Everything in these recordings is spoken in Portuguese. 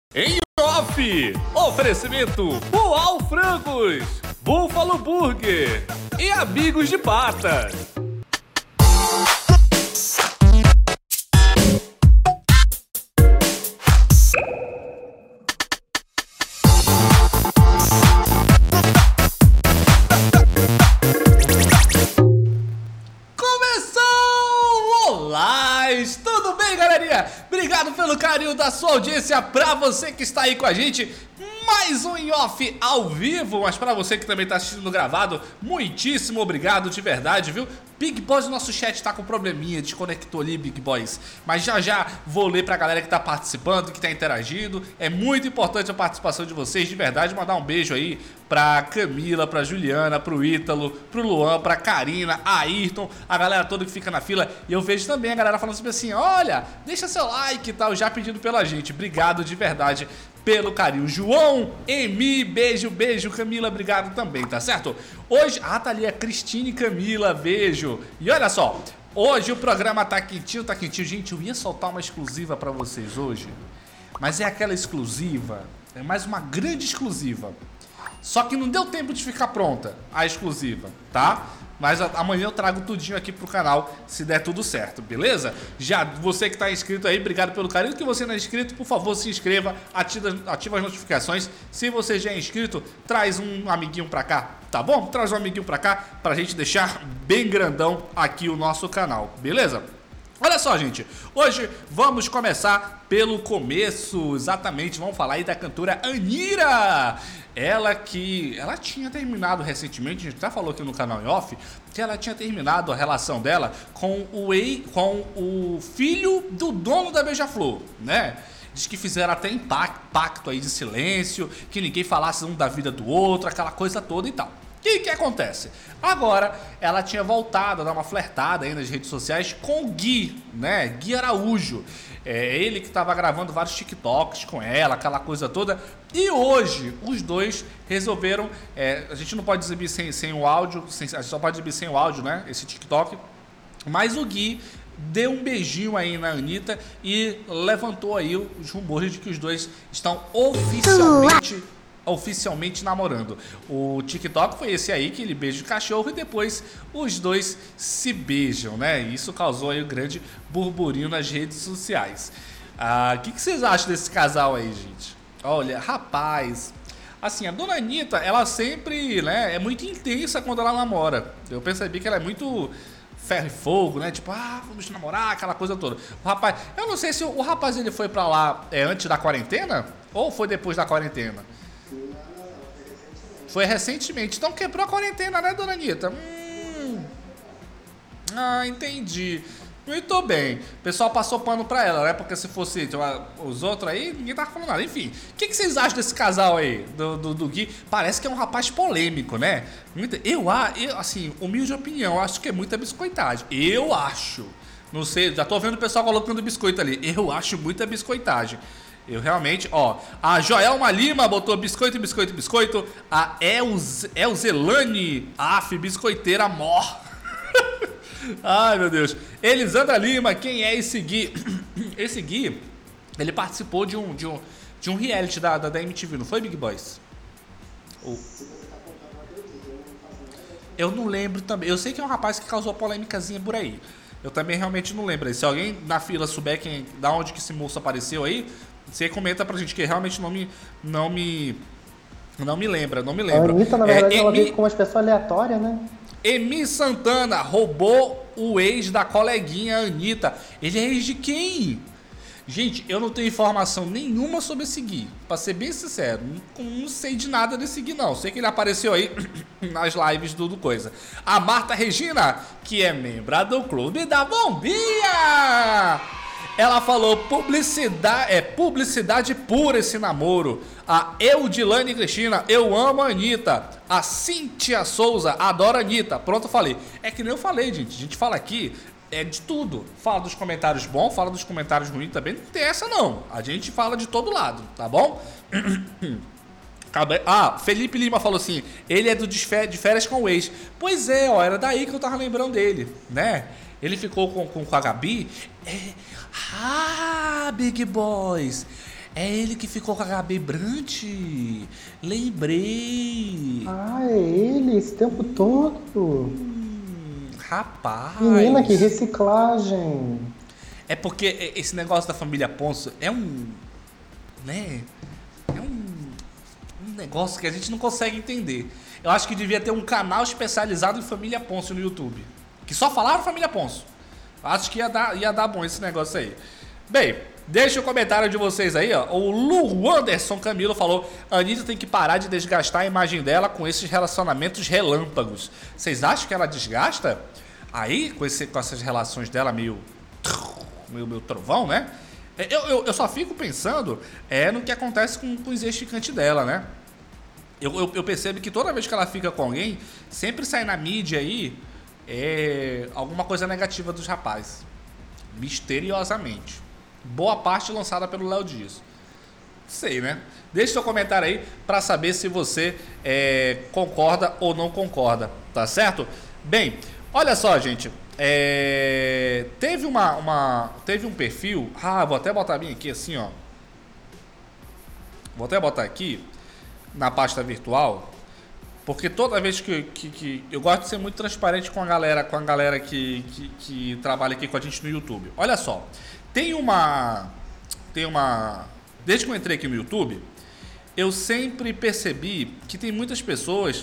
Em off, oferecimento Uau Frangos, Búfalo Burger e Amigos de Patas. Tudo bem, galerinha? Obrigado pelo carinho da sua audiência. Pra você que está aí com a gente, mais um Em Off ao vivo. Mas pra você que também está assistindo gravado, muitíssimo obrigado de verdade, viu? Big Boys, o nosso chat tá com probleminha, desconectou ali, Big Boys. Mas já vou ler pra galera que tá participando, que tá interagindo. É muito importante a participação de vocês, de verdade. Mandar um beijo aí pra Camila, pra Juliana, pro Ítalo, pro Luan, pra Karina, Ayrton, a galera toda que fica na fila. E eu vejo também a galera falando assim, olha, deixa seu like e tal, já pedindo pela gente. Obrigado de verdade pelo carinho. João, Emi, beijo, Camila, obrigado também, tá certo? Hoje, tá ali a Cristine e Camila, beijo. E olha só, hoje o programa tá quentinho. Gente, eu ia soltar uma exclusiva pra vocês hoje, mas é aquela exclusiva, é mais uma grande exclusiva. Só que não deu tempo de ficar pronta a exclusiva, tá? Mas amanhã eu trago tudinho aqui pro canal, se der tudo certo, beleza? Já você que tá inscrito aí, obrigado pelo carinho. Que você não é inscrito, por favor, se inscreva, ativa as notificações. Se você já é inscrito, traz um amiguinho pra cá, tá bom? Traz um amiguinho pra cá, pra gente deixar bem grandão aqui o nosso canal, beleza? Olha só, gente, hoje vamos começar pelo começo, exatamente, vamos falar aí da cantora Anira. Ela tinha terminado recentemente, a gente até falou aqui no canal Em Off, que ela tinha terminado a relação dela com o filho do dono da Beija-Flor, né? Diz que fizeram até pacto aí de silêncio, que ninguém falasse um da vida do outro, aquela coisa toda e tal. O que acontece? Agora, ela tinha voltado a dar uma flertada aí nas redes sociais com o Gui, né? Gui Araújo. É ele que estava gravando vários TikToks com ela, aquela coisa toda. E hoje, os dois resolveram... a gente não pode exibir sem o áudio, a gente só pode exibir sem o áudio, né? Esse TikTok. Mas o Gui deu um beijinho aí na Anitta e levantou aí os rumores de que os dois estão oficialmente namorando. O TikTok foi esse aí, que ele beija o cachorro e depois os dois se beijam, né? E isso causou aí um grande burburinho nas redes sociais. O que vocês acham desse casal aí, gente? Olha, rapaz, assim, a dona Anitta, ela sempre, né, é muito intensa quando ela namora. Eu percebi que ela é muito ferro e fogo, né? Tipo, vamos namorar, aquela coisa toda. O rapaz, eu não sei se o rapaz ele foi pra lá antes da quarentena ou foi depois da quarentena. Foi recentemente. Então quebrou a quarentena, né, dona Anitta? Entendi. Muito bem. O pessoal passou pano pra ela, né? Porque se fosse os outros aí, ninguém tava falando nada. Enfim, o que vocês acham desse casal aí? Do Gui? Parece que é um rapaz polêmico, né? Eu assim, humilde opinião, acho que é muita biscoitagem. Eu acho. Não sei, já tô vendo o pessoal colocando biscoito ali. Eu acho muita biscoitagem. Eu realmente, a Joelma Lima botou biscoito. A Elzelane, biscoiteira mor. Ai, meu Deus. Elisandra Lima, quem é esse Gui? Esse Gui, ele participou de um reality da MTV, não foi, Big Boys? Eu não lembro também. Eu sei que é um rapaz que causou polêmicazinha por aí. Eu também realmente não lembro. Se alguém na fila souber da onde que esse moço apareceu aí, você comenta pra gente, que realmente não me lembra. A Anitta, na verdade, ela veio com uma pessoa aleatória, né? Emi Santana roubou o ex da coleguinha Anitta. Ele é ex de quem? Gente, eu não tenho informação nenhuma sobre esse Gui. Pra ser bem sincero, não sei de nada desse Gui, não. Sei que ele apareceu aí nas lives do coisa. A Marta Regina, que é membro do Clube da Bombinha. Ela falou, publicidade pura esse namoro. A Eudilane Cristina, eu amo a Anitta. A Cíntia Souza, adoro a Anitta. Pronto, eu falei. É que nem eu falei, gente. A gente fala aqui de tudo. Fala dos comentários bons, fala dos comentários ruins também. Não tem essa, não. A gente fala de todo lado, tá bom? Felipe Lima falou assim, ele é de férias com o ex. Pois é, era daí que eu tava lembrando dele, né? Ele ficou com a Gabi. Big Boys. É ele que ficou com a Gabi Brant. Lembrei. Ah, é ele esse tempo todo. Rapaz. Menina, que reciclagem. É porque esse negócio da família Ponço é um... né? É um negócio que a gente não consegue entender. Eu acho que devia ter um canal especializado em família Ponço no YouTube. Que só falaram família Ponço. Acho que ia dar bom esse negócio aí. Bem, deixa o comentário de vocês aí, ó. O Lu Anderson Camilo falou: a Anitta tem que parar de desgastar a imagem dela com esses relacionamentos relâmpagos. Vocês acham que ela desgasta? Aí, com essas relações dela meio trovão, né? Eu só fico pensando no que acontece com os ex-ficantes dela, né? Eu percebo que toda vez que ela fica com alguém, sempre sai na mídia aí alguma coisa negativa dos rapazes. Misteriosamente. Boa parte lançada pelo Léo Dias. Sei, né? Deixe seu comentário aí pra saber se você concorda ou não concorda, tá certo? Bem, olha só, gente. Teve um perfil. Vou até botar bem aqui assim, ó. Vou até botar aqui na pasta virtual, porque toda vez que eu gosto de ser muito transparente com a galera que trabalha aqui com a gente no YouTube. Olha só, tem uma desde que eu entrei aqui no YouTube, eu sempre percebi que tem muitas pessoas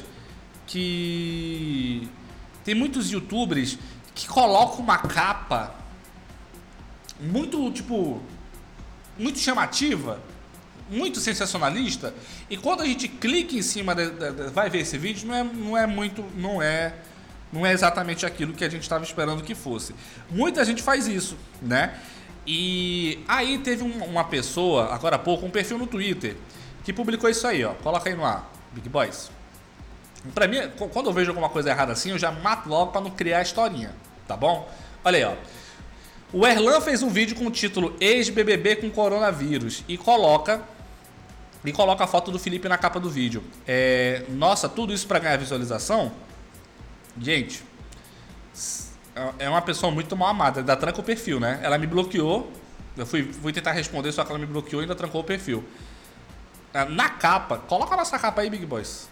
tem muitos YouTubers que colocam uma capa muito muito chamativa, muito sensacionalista, e quando a gente clica em cima vai ver esse vídeo, não é exatamente aquilo que a gente estava esperando que fosse. Muita gente faz isso, né? E aí teve uma pessoa, agora há pouco, um perfil no Twitter, que publicou isso aí, ó. Coloca aí no ar, Big Boys. Pra mim, quando eu vejo alguma coisa errada assim, eu já mato logo pra não criar a historinha, tá bom? Olha aí, ó. O Erlan fez um vídeo com o título Ex-BBB com coronavírus e coloca a foto do Felipe na capa do vídeo. Nossa, tudo isso pra ganhar visualização? Gente, é uma pessoa muito mal amada. Ainda tranca o perfil, né? Ela me bloqueou. Eu fui tentar responder, só que ela me bloqueou e ainda trancou o perfil. Na capa, coloca a nossa capa aí, Big Boys.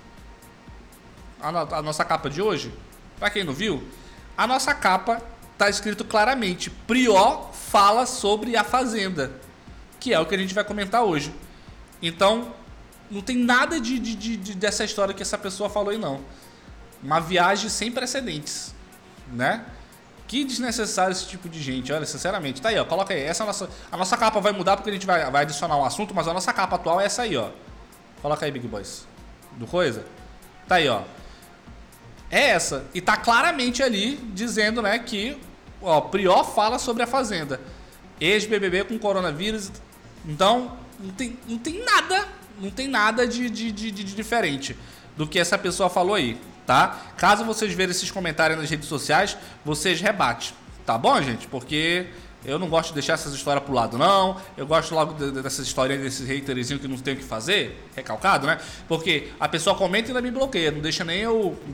A nossa capa de hoje. Pra quem não viu, a nossa capa tá escrito claramente: Prior fala sobre a Fazenda, que é o que a gente vai comentar hoje. Então, não tem nada dessa história que essa pessoa falou aí, não. Uma viagem sem precedentes, né? Que desnecessário esse tipo de gente, olha, sinceramente. Tá aí, ó, coloca aí. A nossa capa vai mudar porque a gente vai adicionar um assunto, mas a nossa capa atual é essa aí, ó. Coloca aí, Big Boys. Do coisa? Tá aí, ó. É essa. E tá claramente ali dizendo, né, que ó, Prior fala sobre a Fazenda. Ex-BBB com coronavírus. Então, não tem nada de diferente do que essa pessoa falou aí, tá? Caso vocês verem esses comentários nas redes sociais, vocês rebatem, tá bom, gente? Porque eu não gosto de deixar essas histórias pro lado, não. Eu gosto logo dessas historinhas, desses haterzinhos que não tem o que fazer, recalcado, né? Porque a pessoa comenta e ainda me bloqueia, não deixa nem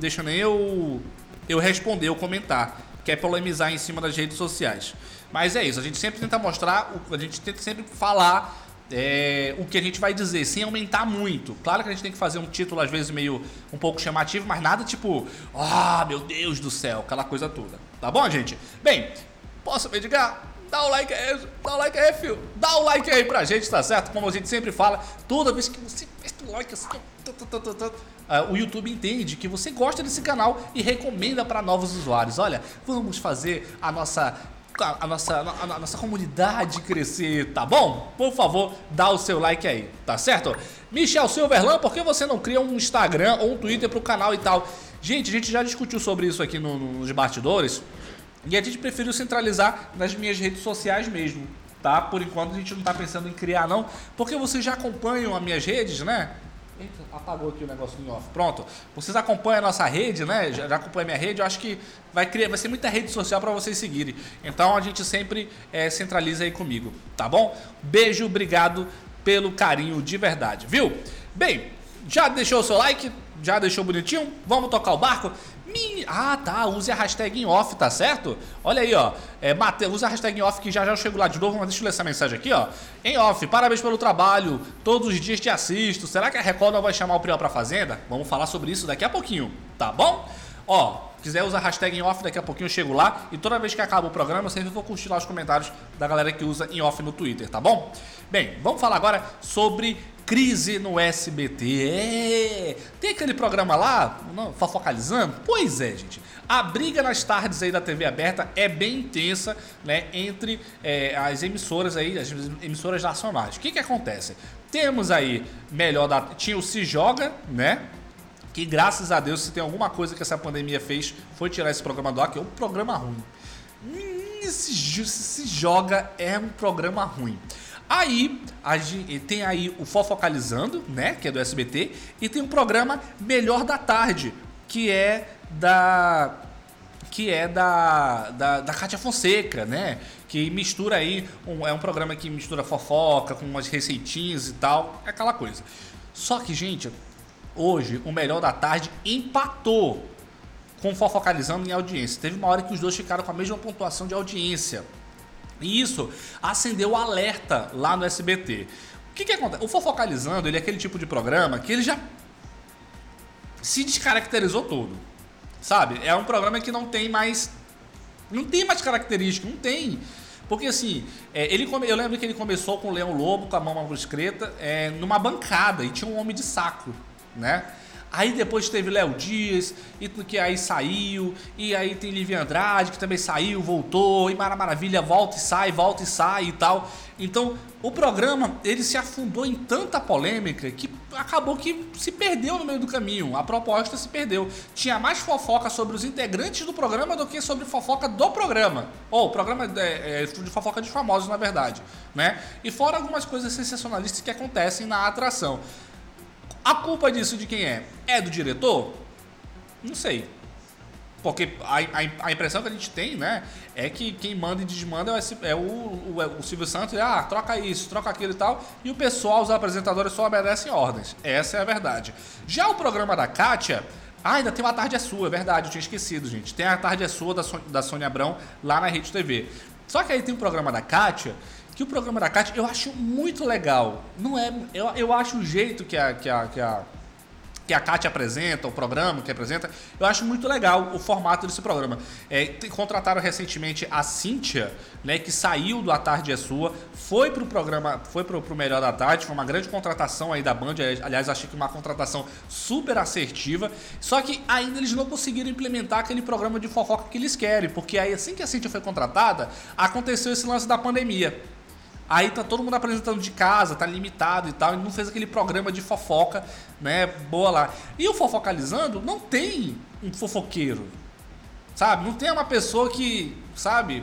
eu responder ou comentar. Quer polemizar em cima das redes sociais. Mas é isso, a gente sempre tenta mostrar, a gente tenta sempre falar o que a gente vai dizer, sem aumentar muito. Claro que a gente tem que fazer um título, às vezes, meio um pouco chamativo, mas nada tipo, meu Deus do céu, aquela coisa toda. Tá bom, gente? Bem, posso medigar? Dá o like aí, filho. Dá o like aí pra gente, tá certo? Como a gente sempre fala, toda vez que você faz o like assim, o YouTube entende que você gosta desse canal e recomenda para novos usuários. Olha, vamos fazer a nossa comunidade crescer, tá bom? Por favor, dá o seu like aí, tá certo? Michel Silverlan, por que você não cria um Instagram ou um Twitter pro canal e tal? Gente, a gente já discutiu sobre isso aqui nos bastidores e a gente preferiu centralizar nas minhas redes sociais mesmo, tá? Por enquanto a gente não tá pensando em criar não, porque vocês já acompanham as minhas redes, né? Eita, apagou aqui o negocinho off. Pronto. Vocês acompanham a nossa rede, né? Já acompanham a minha rede. Eu acho que vai ser muita rede social para vocês seguirem. Então a gente sempre centraliza aí comigo, tá bom? Beijo, obrigado pelo carinho de verdade, viu? Bem, já deixou o seu like? Já deixou bonitinho? Vamos tocar o barco? Minha Ah, tá. Use a hashtag em off, tá certo? Olha aí, ó. Use a hashtag em off que já eu chego lá de novo. Mas deixa eu ler essa mensagem aqui, ó. Em off, parabéns pelo trabalho. Todos os dias te assisto. Será que a Record não vai chamar o Prior pra Fazenda? Vamos falar sobre isso daqui a pouquinho, tá bom? Ó, quiser usar a hashtag em off, daqui a pouquinho eu chego lá. E toda vez que acaba o programa, eu sempre vou curtir lá os comentários da galera que usa em off no Twitter, tá bom? Bem, vamos falar agora sobre crise no SBT. Tem aquele programa lá, Fofocalizando? Pois é, gente. A briga nas tardes aí da TV aberta é bem intensa, né, entre as emissoras aí, as emissoras nacionais. O que acontece? Temos aí tinha o Se Joga, né? Que graças a Deus, se tem alguma coisa que essa pandemia fez, foi tirar esse programa do ar, que é um programa ruim. Se Joga é um programa ruim. Aí, tem aí o Fofocalizando, né, que é do SBT, e tem um programa Melhor da Tarde, que é da Kátia Fonseca, né, que mistura aí, é um programa que mistura fofoca com umas receitinhas e tal, é aquela coisa. Só que, gente, hoje o Melhor da Tarde empatou com o Fofocalizando em audiência. Teve uma hora que os dois ficaram com a mesma pontuação de audiência. E isso acendeu o alerta lá no SBT. O que acontece? O Fofocalizando, ele é aquele tipo de programa que ele já se descaracterizou todo, sabe? É um programa que não tem mais característica, não tem. Porque assim, eu lembro que ele começou com o Leão Lobo, com a Mama Brusqueta, numa bancada, e tinha um homem de saco, né? Aí depois teve Léo Dias, que aí saiu, e aí tem Lívia Andrade, que também saiu, voltou, e Mara Maravilha volta e sai e tal. Então, o programa, ele se afundou em tanta polêmica que acabou que se perdeu no meio do caminho. A proposta se perdeu. Tinha mais fofoca sobre os integrantes do programa do que sobre fofoca do programa. Ou o programa de fofoca de famosos, na verdade, né? E fora algumas coisas sensacionalistas que acontecem na atração. A culpa disso de quem é? É do diretor? Não sei. Porque a impressão que a gente tem, né, é que quem manda e desmanda é o Silvio Santos. Troca isso, troca aquilo e tal. E o pessoal, os apresentadores, só obedecem ordens. Essa é a verdade. Já o programa da Kátia, ainda tem uma Tarde é Sua, é verdade, eu tinha esquecido, gente. Tem a Tarde é Sua da Sônia Abrão lá na Rede TV. Só que aí tem o programa da Kátia, que o programa da Kátia eu acho muito legal. Não é, eu acho o jeito que a Kátia apresenta, o programa que apresenta, eu acho muito legal o formato desse programa. Contrataram recentemente a Cíntia, né, que saiu do A Tarde é Sua, foi pro programa, foi pro Melhor da Tarde, foi uma grande contratação aí da Band, aliás, achei que uma contratação super assertiva, só que ainda eles não conseguiram implementar aquele programa de fofoca que eles querem, porque aí assim que a Cíntia foi contratada, aconteceu esse lance da pandemia. Aí tá todo mundo apresentando de casa, tá limitado e tal, e não fez aquele programa de fofoca, né, boa lá. E o Fofocalizando não tem um fofoqueiro, sabe? Não tem uma pessoa que, sabe,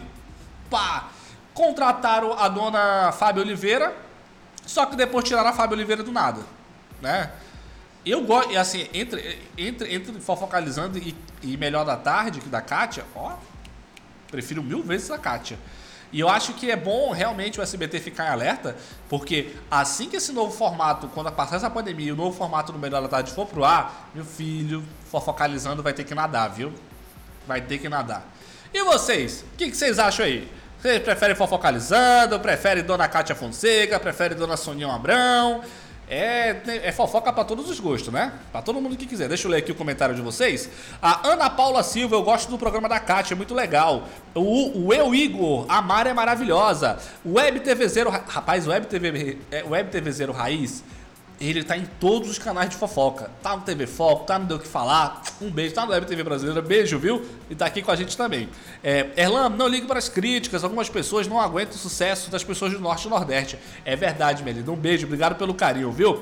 contrataram a dona Fábio Oliveira, só que depois tiraram a Fábio Oliveira do nada, né? Eu gosto, assim, entre Fofocalizando e Melhor da Tarde, que da Kátia, prefiro 1000 vezes a Kátia. E eu acho que é bom realmente o SBT ficar em alerta, porque assim que esse novo formato, quando passar essa pandemia, o novo formato do Melhor da Tarde for pro ar, meu filho, Fofocalizando vai ter que nadar, viu? Vai ter que nadar. E vocês? O que vocês acham aí? Vocês preferem Fofocalizando? Preferem Dona Kátia Fonseca? Preferem Dona Soninha Abrão? É fofoca pra todos os gostos, né? Pra todo mundo que quiser. Deixa eu ler aqui o comentário de vocês. A Ana Paula Silva, eu gosto do programa da Kátia, é muito legal. O Eu Igor, a Mara é maravilhosa. O Web TV Zero, rapaz, o Web TV Zero Raiz, ele tá em todos os canais de fofoca. Tá no TV Foco, tá no Deu o Que Falar. Um beijo, tá no Web TV Brasileira, beijo, viu? E tá aqui com a gente também. Erlan, não ligue para as críticas, algumas pessoas não aguentam o sucesso das pessoas do Norte e Nordeste. É verdade, Melinda, um beijo, obrigado pelo carinho, viu?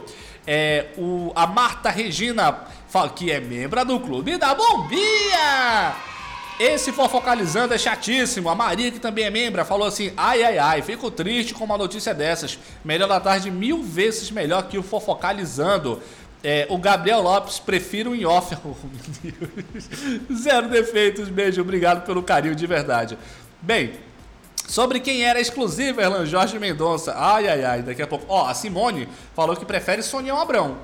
A Marta Regina, que é membro do Clube da Bombinha. Esse Fofocalizando é chatíssimo. A Maria, que também é membra, falou assim: ai, fico triste com uma notícia dessas. Melhor da Tarde 1000 vezes melhor que o Fofocalizando. O Gabriel Lopes, prefiro em off. Oh, meu Deus. Zero defeitos, beijo, obrigado pelo carinho de verdade. Bem, sobre quem era exclusivo, Erlan Jorge Mendonça. Ai, daqui a pouco. A Simone falou que prefere Soninha Abrão.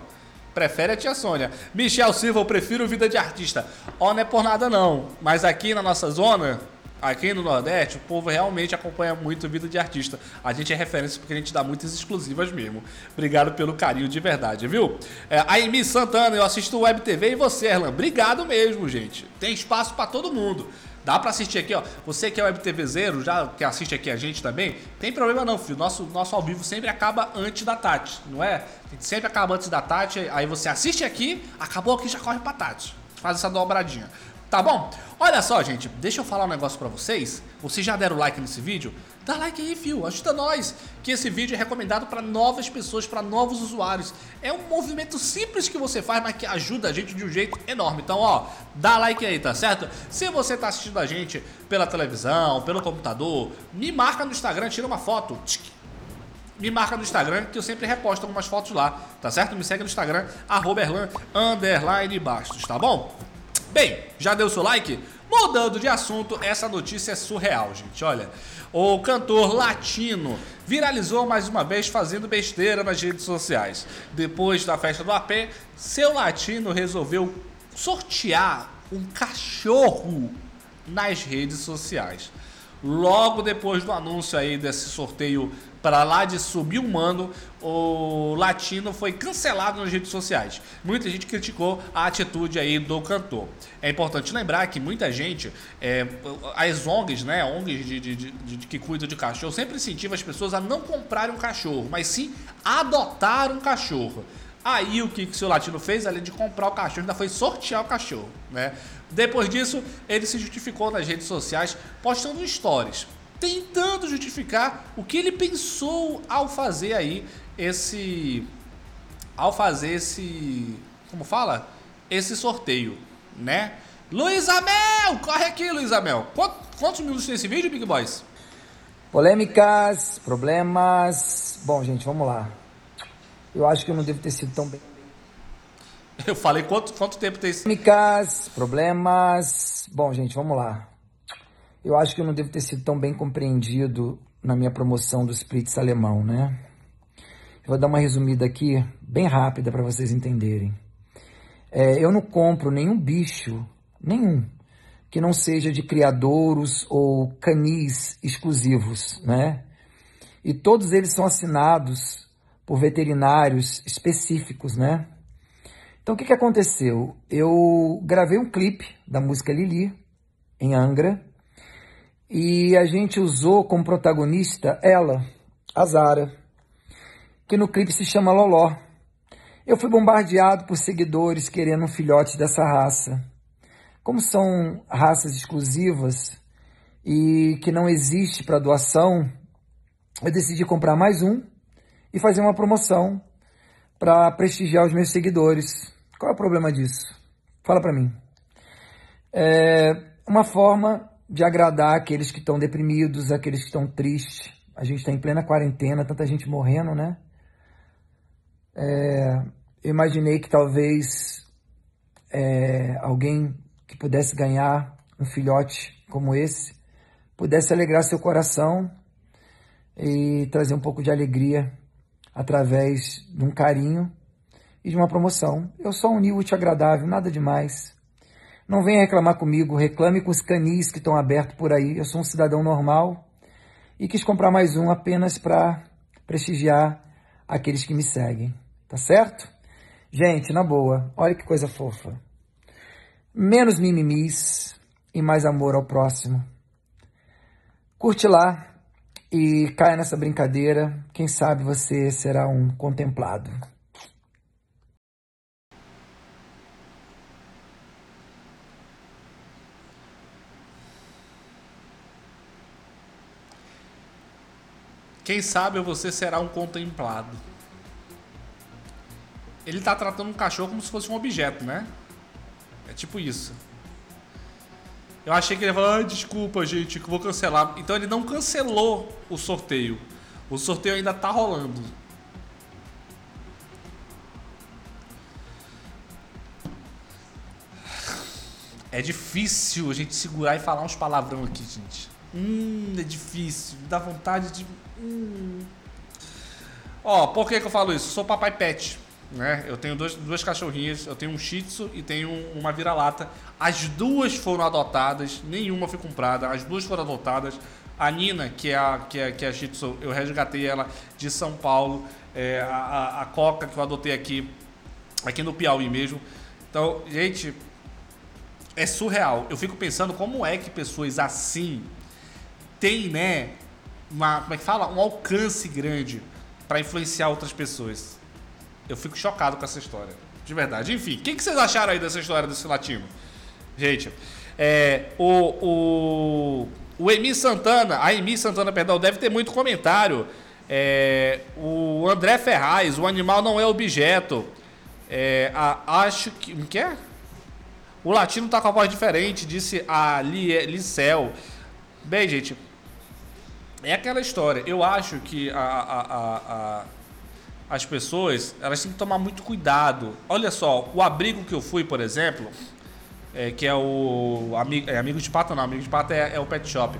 Prefere a tia Sônia. Michel Silva, eu prefiro vida de artista. Ó, não é por nada não, mas aqui na nossa zona, aqui no Nordeste, o povo realmente acompanha muito vida de artista. A gente é referência porque a gente dá muitas exclusivas mesmo. Obrigado pelo carinho de verdade, viu? A Amy Santana, eu assisto Web TV e você, Erlan. Obrigado mesmo, gente. Tem espaço pra todo mundo. Dá pra assistir aqui, ó. Você que é Web TV Zero, já que assiste aqui a gente também, tem problema não, filho. Nosso ao vivo sempre acaba antes da Tati, não é? A gente sempre acaba antes da Tati, aí você assiste aqui, acabou aqui, já corre pra Tati. Faz essa dobradinha. Tá bom? Olha só, gente, deixa eu falar um negócio pra vocês. Vocês já deram like nesse vídeo? Dá like aí, fio, ajuda nós. Que esse vídeo é recomendado para novas pessoas, para novos usuários. É um movimento simples que você faz, mas que ajuda a gente de um jeito enorme. Então, ó, dá like aí, tá certo? Se você tá assistindo a gente pela televisão, pelo computador, me marca no Instagram, tira uma foto. Me marca no Instagram, que eu sempre reposto algumas fotos lá, tá certo? Me segue no Instagram, @erlan_bastos, tá bom? Bem, já deu seu like? Mudando de assunto, essa notícia é surreal, gente. Olha, o cantor latino viralizou mais uma vez fazendo besteira nas redes sociais. Depois da festa do AP, seu latino resolveu sortear um cachorro nas redes sociais. Logo depois do anúncio aí desse sorteio para lá de Subhumano, o latino foi cancelado nas redes sociais. Muita gente criticou a atitude aí do cantor. É importante lembrar que muita gente, as ONGs, né, ONGs que cuidam de cachorro, sempre incentivam as pessoas a não comprarem um cachorro, mas sim adotar um cachorro. Aí o que o seu latino fez, além de comprar o cachorro, ainda foi sortear o cachorro, né? Depois disso, ele se justificou nas redes sociais, postando stories, tentando justificar o que ele pensou ao fazer aí como fala? Esse sorteio, né? Luiz Amel, corre aqui, Luiz Amel. Quantos minutos tem esse vídeo, Big Boys? Polêmicas, problemas... Bom, gente, vamos lá. Eu acho que eu não devo ter sido tão bem... Eu falei quanto tempo tem esse... Polêmicas, problemas... Bom, gente, vamos lá. Eu acho que eu não devo ter sido tão bem compreendido na minha promoção do Spritz alemão, né? Eu vou dar uma resumida aqui, bem rápida, para vocês entenderem. Eu não compro nenhum bicho, nenhum, que não seja de criadouros ou canis exclusivos, né? E todos eles são assinados por veterinários específicos, né? Então, o que aconteceu? Eu gravei um clipe da música Lili, em Angra, e a gente usou como protagonista ela, a Zara, que no clipe se chama Loló. Eu fui bombardeado por seguidores querendo um filhote dessa raça. Como são raças exclusivas e que não existe para doação, eu decidi comprar mais um e fazer uma promoção para prestigiar os meus seguidores. Qual é o problema disso? Fala para mim. É uma forma de agradar aqueles que estão deprimidos, aqueles que estão tristes. A gente está em plena quarentena, tanta gente morrendo, né? Eu imaginei que talvez alguém que pudesse ganhar um filhote como esse pudesse alegrar seu coração e trazer um pouco de alegria através de um carinho e de uma promoção. Eu só uni o útil ao agradável, nada demais. Não venha reclamar comigo, reclame com os canis que estão abertos por aí. Eu sou um cidadão normal e quis comprar mais um apenas para prestigiar aqueles que me seguem, tá certo? Gente, na boa, olha que coisa fofa. Menos mimimis e mais amor ao próximo. Curte lá e caia nessa brincadeira. Quem sabe você será um contemplado. Quem sabe você será um contemplado. Ele tá tratando um cachorro como se fosse um objeto, né? É tipo isso. Eu achei que ele ia falar, desculpa, gente, que eu vou cancelar. Então ele não cancelou o sorteio. O sorteio ainda tá rolando. É difícil a gente segurar e falar uns palavrão aqui, gente. É difícil. Me dá vontade de... Ó, por que eu falo isso? Eu sou papai pet. né? Eu tenho duas cachorrinhas, eu tenho um Shih Tzu e tenho uma vira-lata. As duas foram adotadas, nenhuma foi comprada, as duas foram adotadas. A Nina, que é a Shih Tzu, eu resgatei ela de São Paulo. A Coca, que eu adotei aqui no Piauí mesmo. Então, gente, é surreal. Eu fico pensando como é que pessoas assim têm, né, como é que fala? Um alcance grande para influenciar outras pessoas. Eu fico chocado com essa história, de verdade. Enfim, o que vocês acharam aí dessa história desse latino? Gente, a Emi Santana, perdão, deve ter muito comentário. O André Ferraz, o animal não é objeto. Acho que... O que é? O latino tá com a voz diferente, disse a Licel. Bem, gente, é aquela história. Eu acho que as pessoas, elas têm que tomar muito cuidado. Olha só, o abrigo que eu fui, por exemplo, que é o Amigo de Pata, não, Amigo de Pata é o pet shop.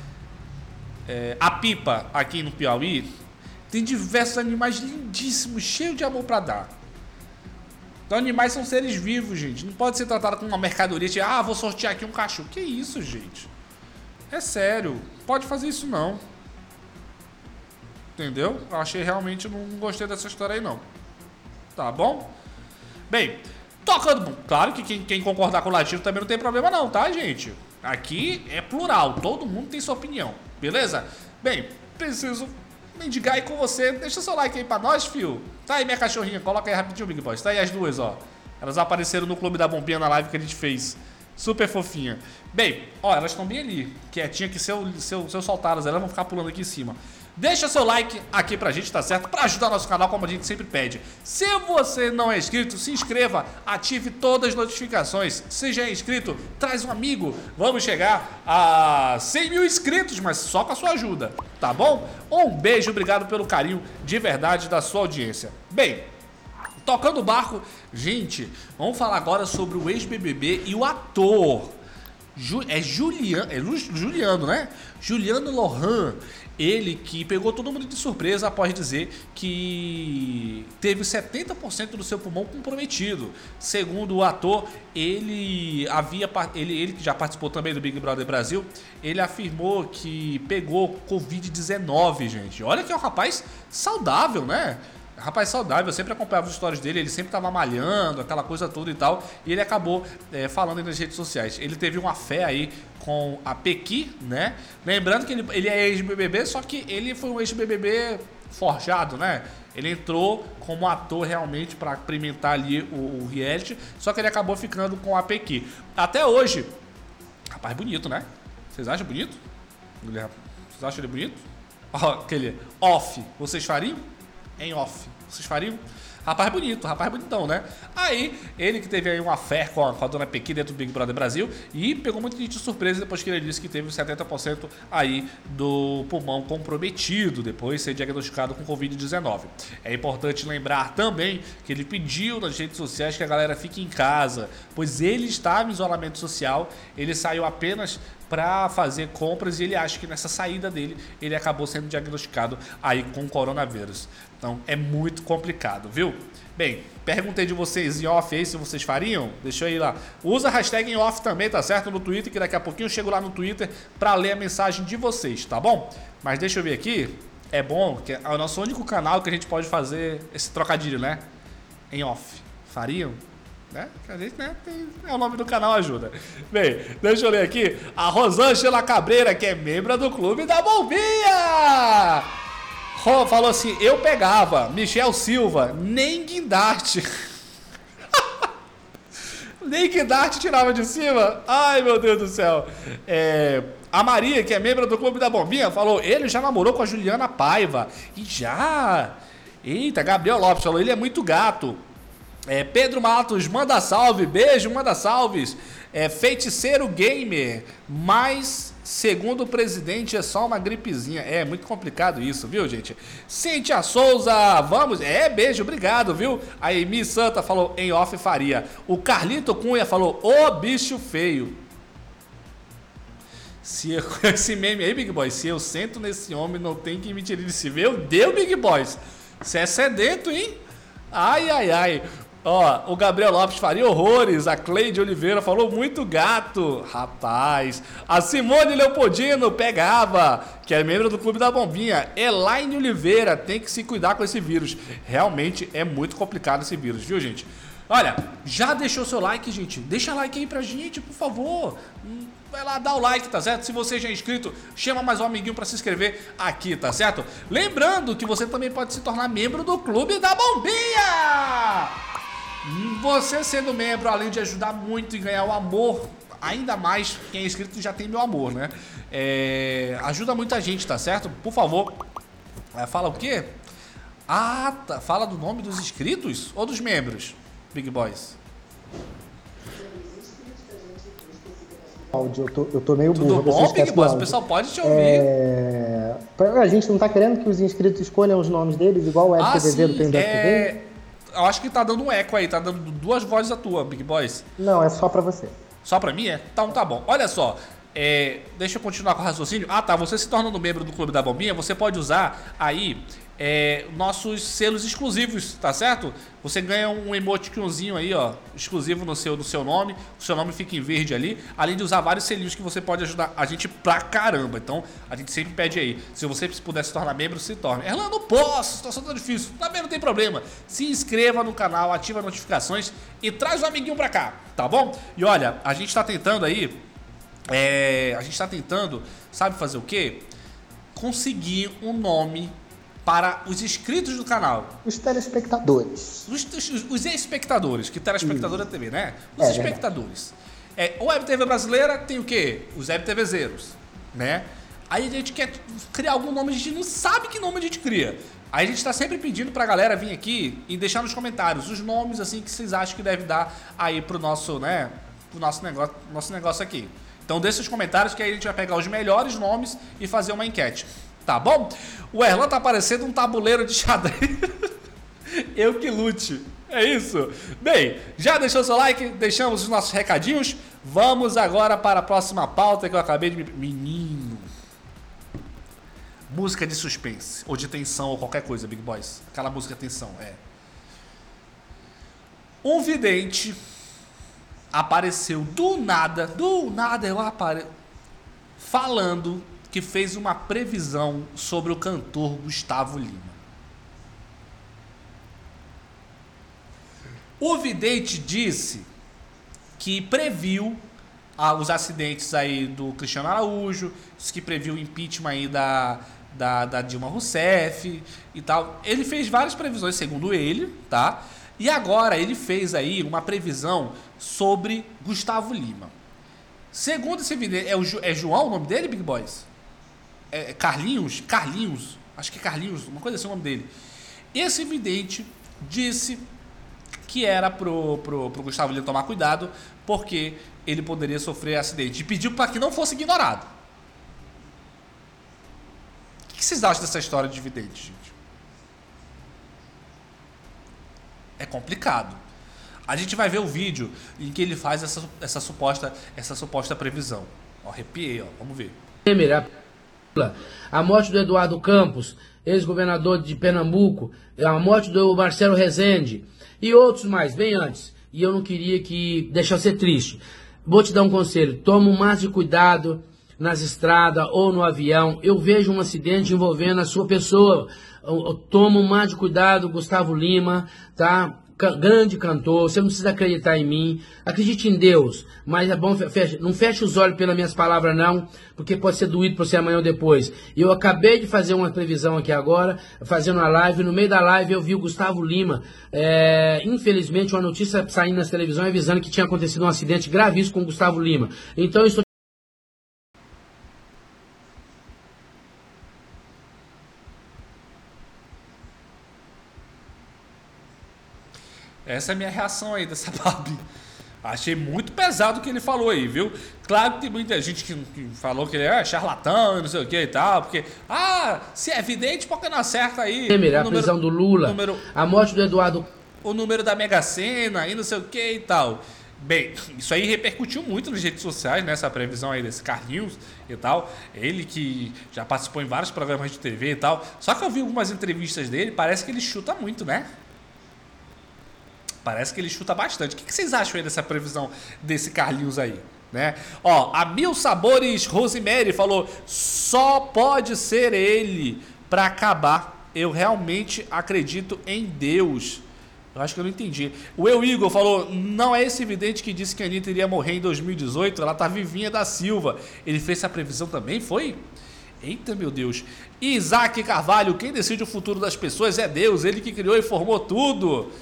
A Pipa, aqui no Piauí, tem diversos animais lindíssimos, cheios de amor pra dar. Então, animais são seres vivos, gente. Não pode ser tratado como uma mercadoria de, vou sortear aqui um cachorro. Que isso, gente? É sério. Pode fazer isso, não. Entendeu? Eu achei realmente, não gostei dessa história aí, não. Tá bom? Bem, tocando... Claro que quem concordar com o latino também não tem problema não, tá, gente? Aqui é plural. Todo mundo tem sua opinião. Beleza? Bem, preciso... mendigar aí com você. Deixa seu like aí pra nós, fio. Tá aí minha cachorrinha. Coloca aí rapidinho, Big Boss. Tá aí as duas, ó. Elas apareceram no Clube da Bombinha na live que a gente fez. Super fofinha. Bem, ó, elas estão bem ali. Quietinha que se eu soltar elas vão ficar pulando aqui em cima. Deixa seu like aqui pra gente, tá certo? Pra ajudar nosso canal, como a gente sempre pede. Se você não é inscrito, se inscreva, ative todas as notificações. Se já é inscrito, traz um amigo. Vamos chegar a 100 mil inscritos, mas só com a sua ajuda, tá bom? Um beijo, obrigado pelo carinho de verdade da sua audiência. Bem, tocando o barco, gente, vamos falar agora sobre o ex-BBB e o ator. Juliano, né? Juliano Lohan. Ele que pegou todo mundo de surpresa após dizer que teve 70% do seu pulmão comprometido. Segundo o ator, ele que já participou também do Big Brother Brasil, ele afirmou que pegou Covid-19, gente. Olha que é um rapaz saudável, né? Rapaz saudável, eu sempre acompanhava as histórias dele, ele sempre estava malhando, aquela coisa toda e tal, e ele acabou falando aí nas redes sociais. Ele teve uma fé aí com a Pequi, né? Lembrando que ele é ex-BBB, só que ele foi um ex-BBB forjado, né? Ele entrou como ator realmente para experimentar ali o reality, só que ele acabou ficando com a Pequi. Até hoje, rapaz bonito, né? Vocês acham bonito? Vocês acham ele bonito? Ó, aquele off, vocês fariam? Em off. Vocês fariam? Rapaz bonito, rapaz bonitão, né? Aí, ele que teve aí uma fé com a dona Pequi dentro do Big Brother Brasil e pegou muita gente de surpresa depois que ele disse que teve 70% aí do pulmão comprometido depois de ser diagnosticado com Covid-19. É importante lembrar também que ele pediu nas redes sociais que a galera fique em casa, pois ele estava em isolamento social, ele saiu apenas para fazer compras e ele acha que nessa saída dele ele acabou sendo diagnosticado aí com coronavírus. Então é muito complicado, viu? Bem, perguntei de vocês em off aí se vocês fariam. Deixa eu ir lá. Usa a hashtag em off também, tá certo? No Twitter, que daqui a pouquinho eu chego lá no Twitter para ler a mensagem de vocês, tá bom? Mas deixa eu ver aqui. É bom, que é o nosso único canal que a gente pode fazer esse trocadilho, né? Em off. Fariam? Né? A gente, né, o nome do canal ajuda. Bem, deixa eu ler aqui. A Rosângela Cabreira, que é membro do Clube da Bombinha. Falou assim, eu pegava Michel Silva, nem guindaste. Nem guindaste tirava de cima. Ai, meu Deus do céu. A Maria, que é membro do Clube da Bombinha, falou, ele já namorou com a Juliana Paiva. E já. Eita, Gabriel Lopes falou, ele é muito gato. Pedro Matos, manda salve, beijo, manda salves. Feiticeiro gamer, mas segundo o presidente é só uma gripezinha. É muito complicado isso, viu, gente? Cíntia Souza, vamos. Beijo, obrigado, viu? A Emi Santa falou em off faria. O Carlito Cunha falou, ô bicho feio. Esse meme aí, Big Boys, se eu sento nesse homem, não tem que me tirar de si. Meu Deus, Big Boys, você é sedento, hein? Ai, ai, ai. Ó, o Gabriel Lopes faria horrores. A Cleide Oliveira falou muito gato. Rapaz. A Simone Leopoldino pegava, que é membro do Clube da Bombinha. Elaine Oliveira, tem que se cuidar com esse vírus. Realmente é muito complicado esse vírus, viu, gente? Olha, já deixou seu like, gente? Deixa like aí pra gente, por favor. Vai lá, dá o like, tá certo? Se você já é inscrito, chama mais um amiguinho pra se inscrever aqui, tá certo? Lembrando que você também pode se tornar membro do Clube da Bombinha! Você sendo membro, além de ajudar muito e ganhar o amor, ainda mais quem é inscrito já tem meu amor, né? Ajuda muita gente, tá certo? Por favor, fala o quê? Ah, tá. Fala do nome dos inscritos ou dos membros, Big Boys? Áudio, eu tô meio Tudo burro. bom, Big Boys? O pessoal pode te ouvir. A gente não tá querendo que os inscritos escolham os nomes deles, igual o FTV tem do FTV? Eu acho que tá dando um eco aí, tá dando duas vozes a tua, Big Boys. Não, é só pra você. Só pra mim, é? Então tá bom. Olha só, deixa eu continuar com o raciocínio. Ah, tá, você se tornando membro do Clube da Bombinha, você pode usar aí nossos selos exclusivos, tá certo? Você ganha um emoticonzinho aí, ó, exclusivo no seu nome. O seu nome fica em verde ali, além de usar vários selinhos que você pode ajudar a gente pra caramba. Então, a gente sempre pede aí, se você puder se tornar membro, se torne. Erlan, não posso, a situação tá difícil. Também não tem problema. Se inscreva no canal, ativa as notificações e traz um amiguinho pra cá, tá bom? E olha, a gente tá tentando aí, sabe fazer o quê? Conseguir um nome para os inscritos do canal. Os telespectadores. Os espectadores, que telespectador é TV, né? Os espectadores. O Web TV brasileira tem o quê? Os Web TVzeiros, né? Aí a gente quer criar algum nome, a gente não sabe que nome a gente cria. Aí a gente tá sempre pedindo pra galera vir aqui e deixar nos comentários os nomes assim que vocês acham que deve dar aí pro nosso, né? Pro nosso negócio aqui. Então deixa os comentários que aí a gente vai pegar os melhores nomes e fazer uma enquete. Tá bom? O Erlan tá parecendo um tabuleiro de xadrez. Eu que lute. É isso. Bem, já deixou seu like? Deixamos os nossos recadinhos. Vamos agora para a próxima pauta que eu acabei de... Menino. Música de suspense. Ou de tensão, ou qualquer coisa, Big Boys. Aquela música de tensão, Um vidente apareceu do nada falando que fez uma previsão sobre o cantor Gustavo Lima. O vidente disse que previu os acidentes aí do Cristiano Araújo, disse que previu o impeachment aí da Dilma Rousseff e tal. Ele fez várias previsões, segundo ele, tá? E agora ele fez aí uma previsão sobre Gustavo Lima. Segundo esse vidente, é João o nome dele, Big Boys? Carlinhos, acho que é Carlinhos, uma coisa assim o nome dele. Esse vidente disse que era pro Gustavo Lima tomar cuidado, porque ele poderia sofrer acidente. E pediu para que não fosse ignorado. O que vocês acham dessa história de vidente, gente? É complicado. A gente vai ver o vídeo em que ele faz essa suposta previsão. Ó, arrepiei, ó, vamos ver. A morte do Eduardo Campos, ex-governador de Pernambuco, a morte do Marcelo Rezende e outros mais, bem antes. E eu não queria deixar você triste. Vou te dar um conselho, toma o máximo de cuidado nas estradas ou no avião. Eu vejo um acidente envolvendo a sua pessoa. Toma o máximo de cuidado, Gustavo Lima, tá? Grande cantor, você não precisa acreditar em mim, acredite em Deus, mas é bom, não feche os olhos pelas minhas palavras não, porque pode ser doído para você amanhã ou depois. Eu acabei de fazer uma previsão aqui agora, fazendo uma live, no meio da live eu vi o Gustavo Lima, infelizmente uma notícia saindo nas televisões avisando que tinha acontecido um acidente gravíssimo com o Gustavo Lima, então eu estou... Essa é a minha reação aí dessa Barbie. Achei muito pesado o que ele falou aí, viu? Claro que tem muita gente que falou que ele é charlatão e não sei o que e tal, porque, se é evidente, por que não acerta aí? A prisão do Lula, a morte do Eduardo... O número da Mega Sena e não sei o que e tal. Bem, isso aí repercutiu muito nas redes sociais, né? Essa previsão aí desse Carlinhos e tal. Ele que já participou em vários programas de TV e tal. Só que eu vi algumas entrevistas dele, parece que ele chuta muito, né? Parece que ele chuta bastante. O que vocês acham aí dessa previsão desse Carlinhos aí? Né? Ó, a Mil Sabores Rosemary falou: só pode ser ele pra acabar. Eu realmente acredito em Deus. Eu acho que eu não entendi. O Igor falou: não é esse vidente que disse que a Anitta iria morrer em 2018? Ela tá vivinha da Silva. Ele fez essa previsão também, foi? Eita, meu Deus. Isaac Carvalho: quem decide o futuro das pessoas é Deus. Ele que criou e formou tudo.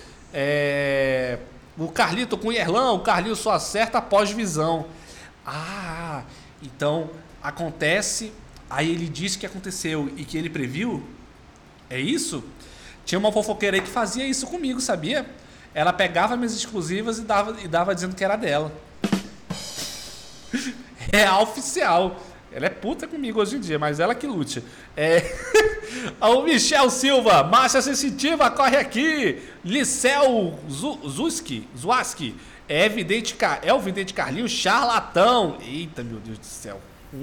O Carlito com o Yerlão: o Carlinho só acerta após visão. Ah, então acontece. Aí ele disse que aconteceu e que ele previu? É isso? Tinha uma fofoqueira aí que fazia isso comigo, sabia? Ela pegava minhas exclusivas e dava dizendo que era dela. É oficial. Ela é puta comigo hoje em dia, mas ela que lute. O Michel Silva: marcha sensitiva, corre aqui. Liceu Zuaski: é o vidente Carlinhos charlatão. Eita, meu Deus do céu.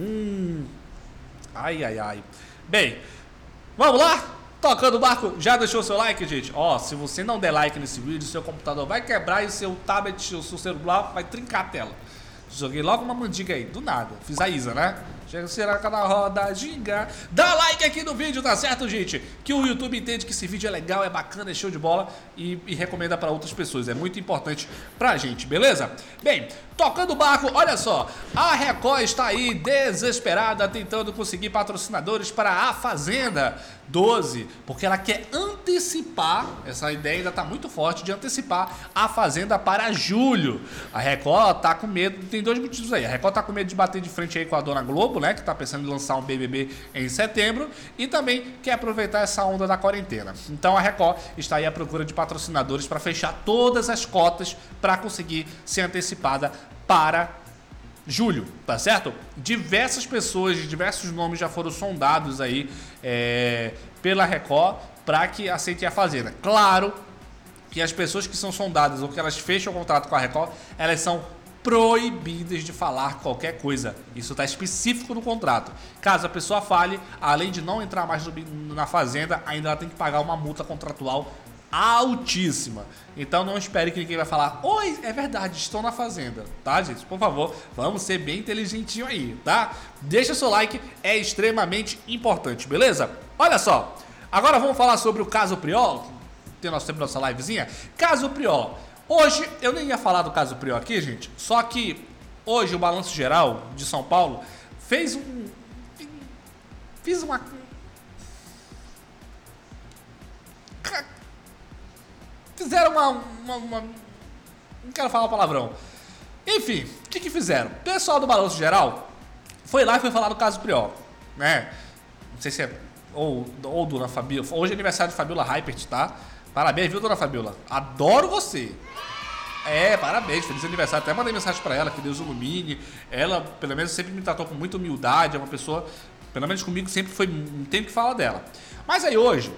Ai. Bem, vamos lá? Tocando o barco, já deixou seu like, gente? Ó, se você não der like nesse vídeo, seu computador vai quebrar e seu tablet, o seu celular vai trincar a tela. Joguei logo uma mandiga aí, do nada. Fiz a Isa, né? Será que na roda ginga? Dá like aqui no vídeo, tá certo, gente? Que o YouTube entende que esse vídeo é legal, é bacana, é show de bola e recomenda pra outras pessoas. É muito importante pra gente, beleza? Bem, tocando o barco, olha só. A Record está aí desesperada tentando conseguir patrocinadores para A Fazenda 12, porque ela quer antecipar, essa ideia ainda tá muito forte, de antecipar A Fazenda para julho. A Record tá com medo, tem dois motivos aí. A Record tá com medo de bater de frente aí com a dona Globo, né, que tá pensando em lançar um BBB em setembro, e também quer aproveitar essa onda da quarentena. Então a Record está aí à procura de patrocinadores para fechar todas as cotas para conseguir ser antecipada para julho, tá certo? Diversas pessoas, diversos nomes já foram sondados aí pela Record para que aceitem A Fazenda. Claro que as pessoas que são sondadas ou que elas fecham o contrato com a Record, elas são proibidas de falar qualquer coisa. Isso está específico no contrato. Caso a pessoa fale, além de não entrar mais na Fazenda, ainda ela tem que pagar uma multa contratual altíssima. Então não espere que ninguém vai falar: oi, é verdade, estou na Fazenda, tá, gente? Por favor, vamos ser bem inteligentinho aí, tá? Deixa seu like, é extremamente importante, beleza? Olha só, agora vamos falar sobre o caso Priol. Tem nossa livezinha. Caso Priol. Hoje, eu nem ia falar do caso Priol aqui, gente, só que hoje o Balanço Geral de São Paulo fiz uma... Fizeram uma... Não quero falar palavrão. Enfim, o que fizeram? O pessoal do Balanço Geral foi lá e foi falar do caso Priol, né? Não sei se é... Ou Dona Fabiola. Hoje é aniversário de Fabiola Hypert, tá? Parabéns, viu, Dona Fabiola? Adoro você. Parabéns, feliz aniversário. Até mandei mensagem pra ela, que Deus ilumine. Ela, pelo menos, sempre me tratou com muita humildade. É uma pessoa, pelo menos comigo, sempre foi... Não tem o que falar dela. Mas aí hoje,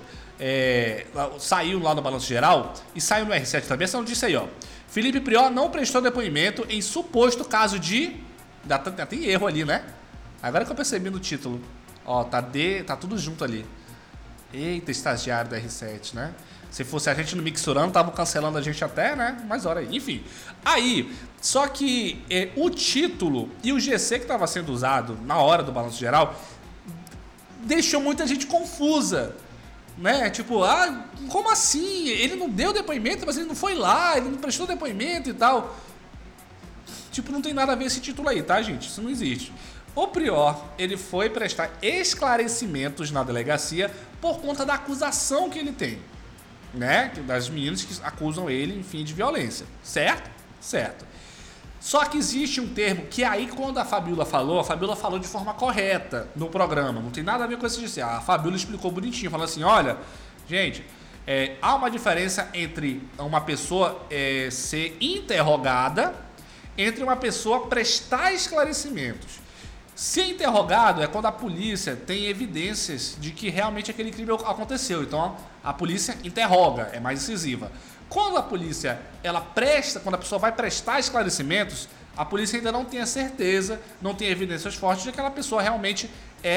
saiu lá no Balanço Geral e saiu no R7 também essa notícia aí, ó. Felipe Priol não prestou depoimento em suposto caso de... Já tem erro ali, né? Agora que eu percebi no título. Ó, tá tudo junto ali. Eita, estagiário da R7, né? Se fosse a gente no Mixurando, estavam cancelando a gente até, né? Mas olha aí, enfim. Aí, só que o título e o GC que estava sendo usado na hora do Balanço Geral deixou muita gente confusa, né? Tipo, como assim? Ele não deu depoimento, mas ele não foi lá, ele não prestou depoimento e tal. Tipo, não tem nada a ver esse título aí, tá, gente? Isso não existe. O Prior, ele foi prestar esclarecimentos na delegacia por conta da acusação que ele tem, né? Das meninas que acusam ele, enfim, de violência. Certo? Certo. Só que existe um termo que aí, quando a Fabiola falou de forma correta no programa. Não tem nada a ver com esse dizer. A Fabiola explicou bonitinho, falando assim: olha, gente, há uma diferença entre uma pessoa ser interrogada, entre uma pessoa prestar esclarecimentos. Ser interrogado é quando a polícia tem evidências de que realmente aquele crime aconteceu. Então a polícia interroga, é mais incisiva. Quando a polícia quando a pessoa vai prestar esclarecimentos, a polícia ainda não tem a certeza, não tem evidências fortes de que aquela pessoa realmente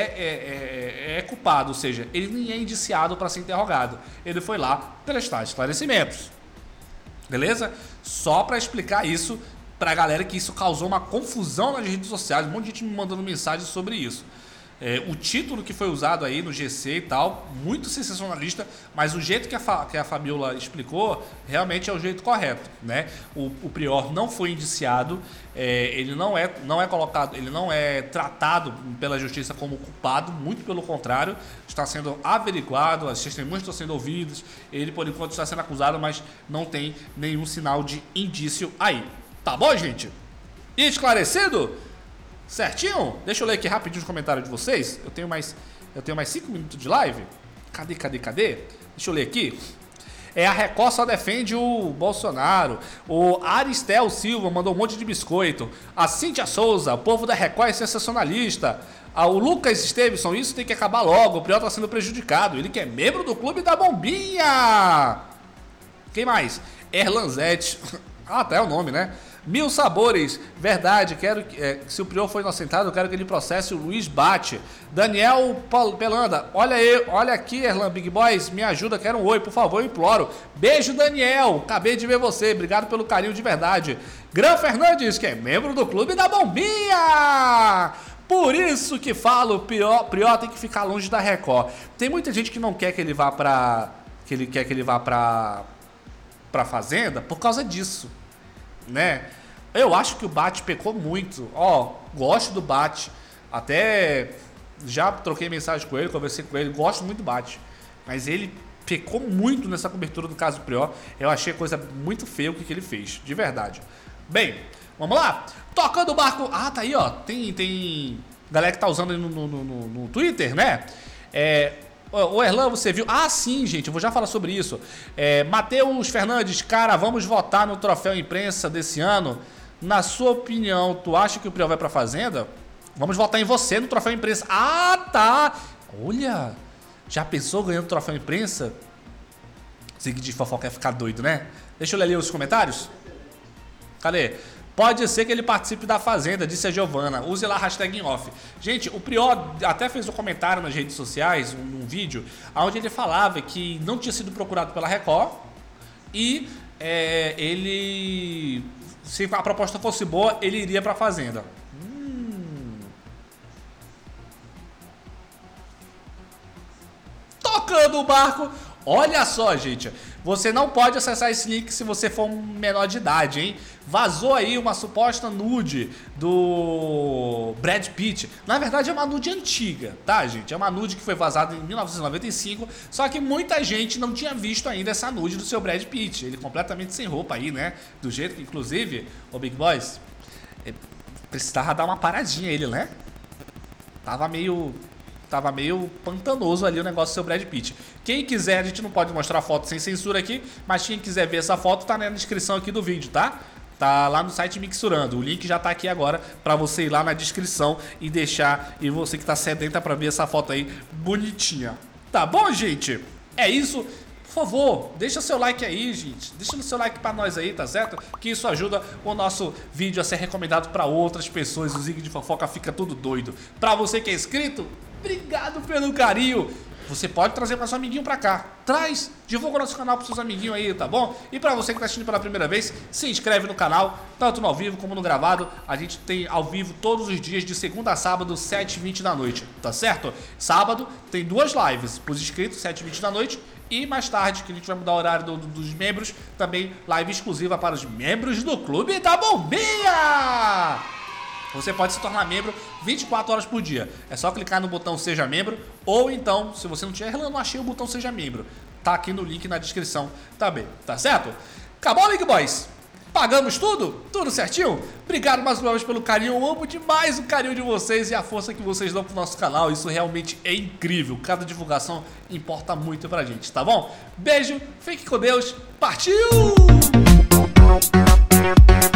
é culpada. Ou seja, ele nem é indiciado para ser interrogado. Ele foi lá prestar esclarecimentos. Beleza? Só pra explicar isso pra galera, que isso causou uma confusão nas redes sociais. Um monte de gente me mandando mensagem sobre isso. O título que foi usado aí no GC e tal, muito sensacionalista, mas o jeito que a Fabiola explicou realmente é o jeito correto, né? O Prior não foi indiciado, ele não é colocado, ele não é tratado pela justiça como culpado, muito pelo contrário, está sendo averiguado, as testemunhas estão sendo ouvidas, ele por enquanto está sendo acusado, mas não tem nenhum sinal de indício aí. Tá bom, gente? Esclarecido? Certinho? Deixa eu ler aqui rapidinho os comentários de vocês. Eu tenho mais 5 minutos de live. Cadê? Deixa eu ler aqui. A Record só defende o Bolsonaro. O Aristel Silva mandou um monte de biscoito. A Cíntia Souza, o povo da Record é sensacionalista. O Lucas Estevenson, isso tem que acabar logo. O Prior está sendo prejudicado. Ele que é membro do Clube da Bombinha. Quem mais? Erlanzete. Até o nome, né? Mil Sabores, verdade, quero se o Prior foi inocentado, eu quero que ele processe o Luiz Bate. Daniel Pelanda, olha aqui, Erlan Big Boys, me ajuda, quero um oi, por favor, eu imploro. Beijo, Daniel, acabei de ver você, obrigado pelo carinho de verdade. Gran Fernandes, que é membro do Clube da Bombinha. Por isso que falo, Prior tem que ficar longe da Record. Tem muita gente que não quer que ele vá pra Fazenda por causa disso, né? Eu acho que o Bate pecou muito. Gosto do Bate. Até já troquei mensagem com ele, conversei com ele. Gosto muito do Bate. Mas ele pecou muito nessa cobertura do caso do Prior. Eu achei coisa muito feia o que ele fez, de verdade. Bem, vamos lá? Tocando o barco. Tá aí, ó. Tem galera que tá usando aí no Twitter, né? O Erlan, você viu? Sim, gente, eu vou já falar sobre isso. Matheus Fernandes, cara, vamos votar no troféu imprensa desse ano. Na sua opinião, tu acha que o Prior vai pra Fazenda? Vamos votar em você no troféu imprensa. Tá. Olha, já pensou ganhando o troféu imprensa? Zig de fofoca ia ficar doido, né? Deixa eu ler ali os comentários. Cadê? Pode ser que ele participe da Fazenda, disse a Giovana. Use lá a hashtag em off. Gente, o Prior até fez um comentário nas redes sociais, num vídeo, onde ele falava que não tinha sido procurado pela Record e ele, se a proposta fosse boa, ele iria pra Fazenda. Tocando o barco. Olha só, gente, você não pode acessar esse link se você for um menor de idade, hein? Vazou aí uma suposta nude do Brad Pitt. Na verdade é uma nude antiga, tá, gente? É uma nude que foi vazada em 1995, só que muita gente não tinha visto ainda essa nude do seu Brad Pitt. Ele completamente sem roupa aí, né? Do jeito que, inclusive, o Big Boys, precisava dar uma paradinha ele, né? Tava meio pantanoso ali o negócio do seu Brad Pitt. Quem quiser, a gente não pode mostrar a foto sem censura aqui, mas quem quiser ver essa foto tá na descrição aqui do vídeo, tá? Tá lá no site Mixurando. O link já tá aqui agora pra você ir lá na descrição e deixar. E você que tá sedenta pra ver essa foto aí bonitinha. Tá bom, gente? É isso. Por favor, deixa seu like aí, gente. Deixa o seu like pra nós aí, tá certo? Que isso ajuda o nosso vídeo a ser recomendado pra outras pessoas. O Zig de Fofoca fica tudo doido. Pra você que é inscrito, obrigado pelo carinho. Você pode trazer mais um amiguinho pra cá. Traz, divulga o nosso canal pros seus amiguinhos aí, tá bom? E pra você que tá assistindo pela primeira vez, se inscreve no canal, tanto no ao vivo como no gravado. A gente tem ao vivo todos os dias, de segunda a sábado, 7h20 da noite, tá certo? Sábado tem 2 lives pros inscritos, 7h20 da noite. E mais tarde, que a gente vai mudar o horário dos membros, também live exclusiva para os membros do Clube da Bombinha! Você pode se tornar membro 24 horas por dia. É só clicar no botão Seja Membro, ou então, se você não tiver, eu não achei o botão Seja Membro. Tá aqui no link na descrição também, tá certo? Acabou, Big Boys? Pagamos tudo? Tudo certinho? Obrigado mais uma vez pelo carinho. Eu amo demais o carinho de vocês e a força que vocês dão pro nosso canal. Isso realmente é incrível. Cada divulgação importa muito pra gente, tá bom? Beijo, fique com Deus. Partiu!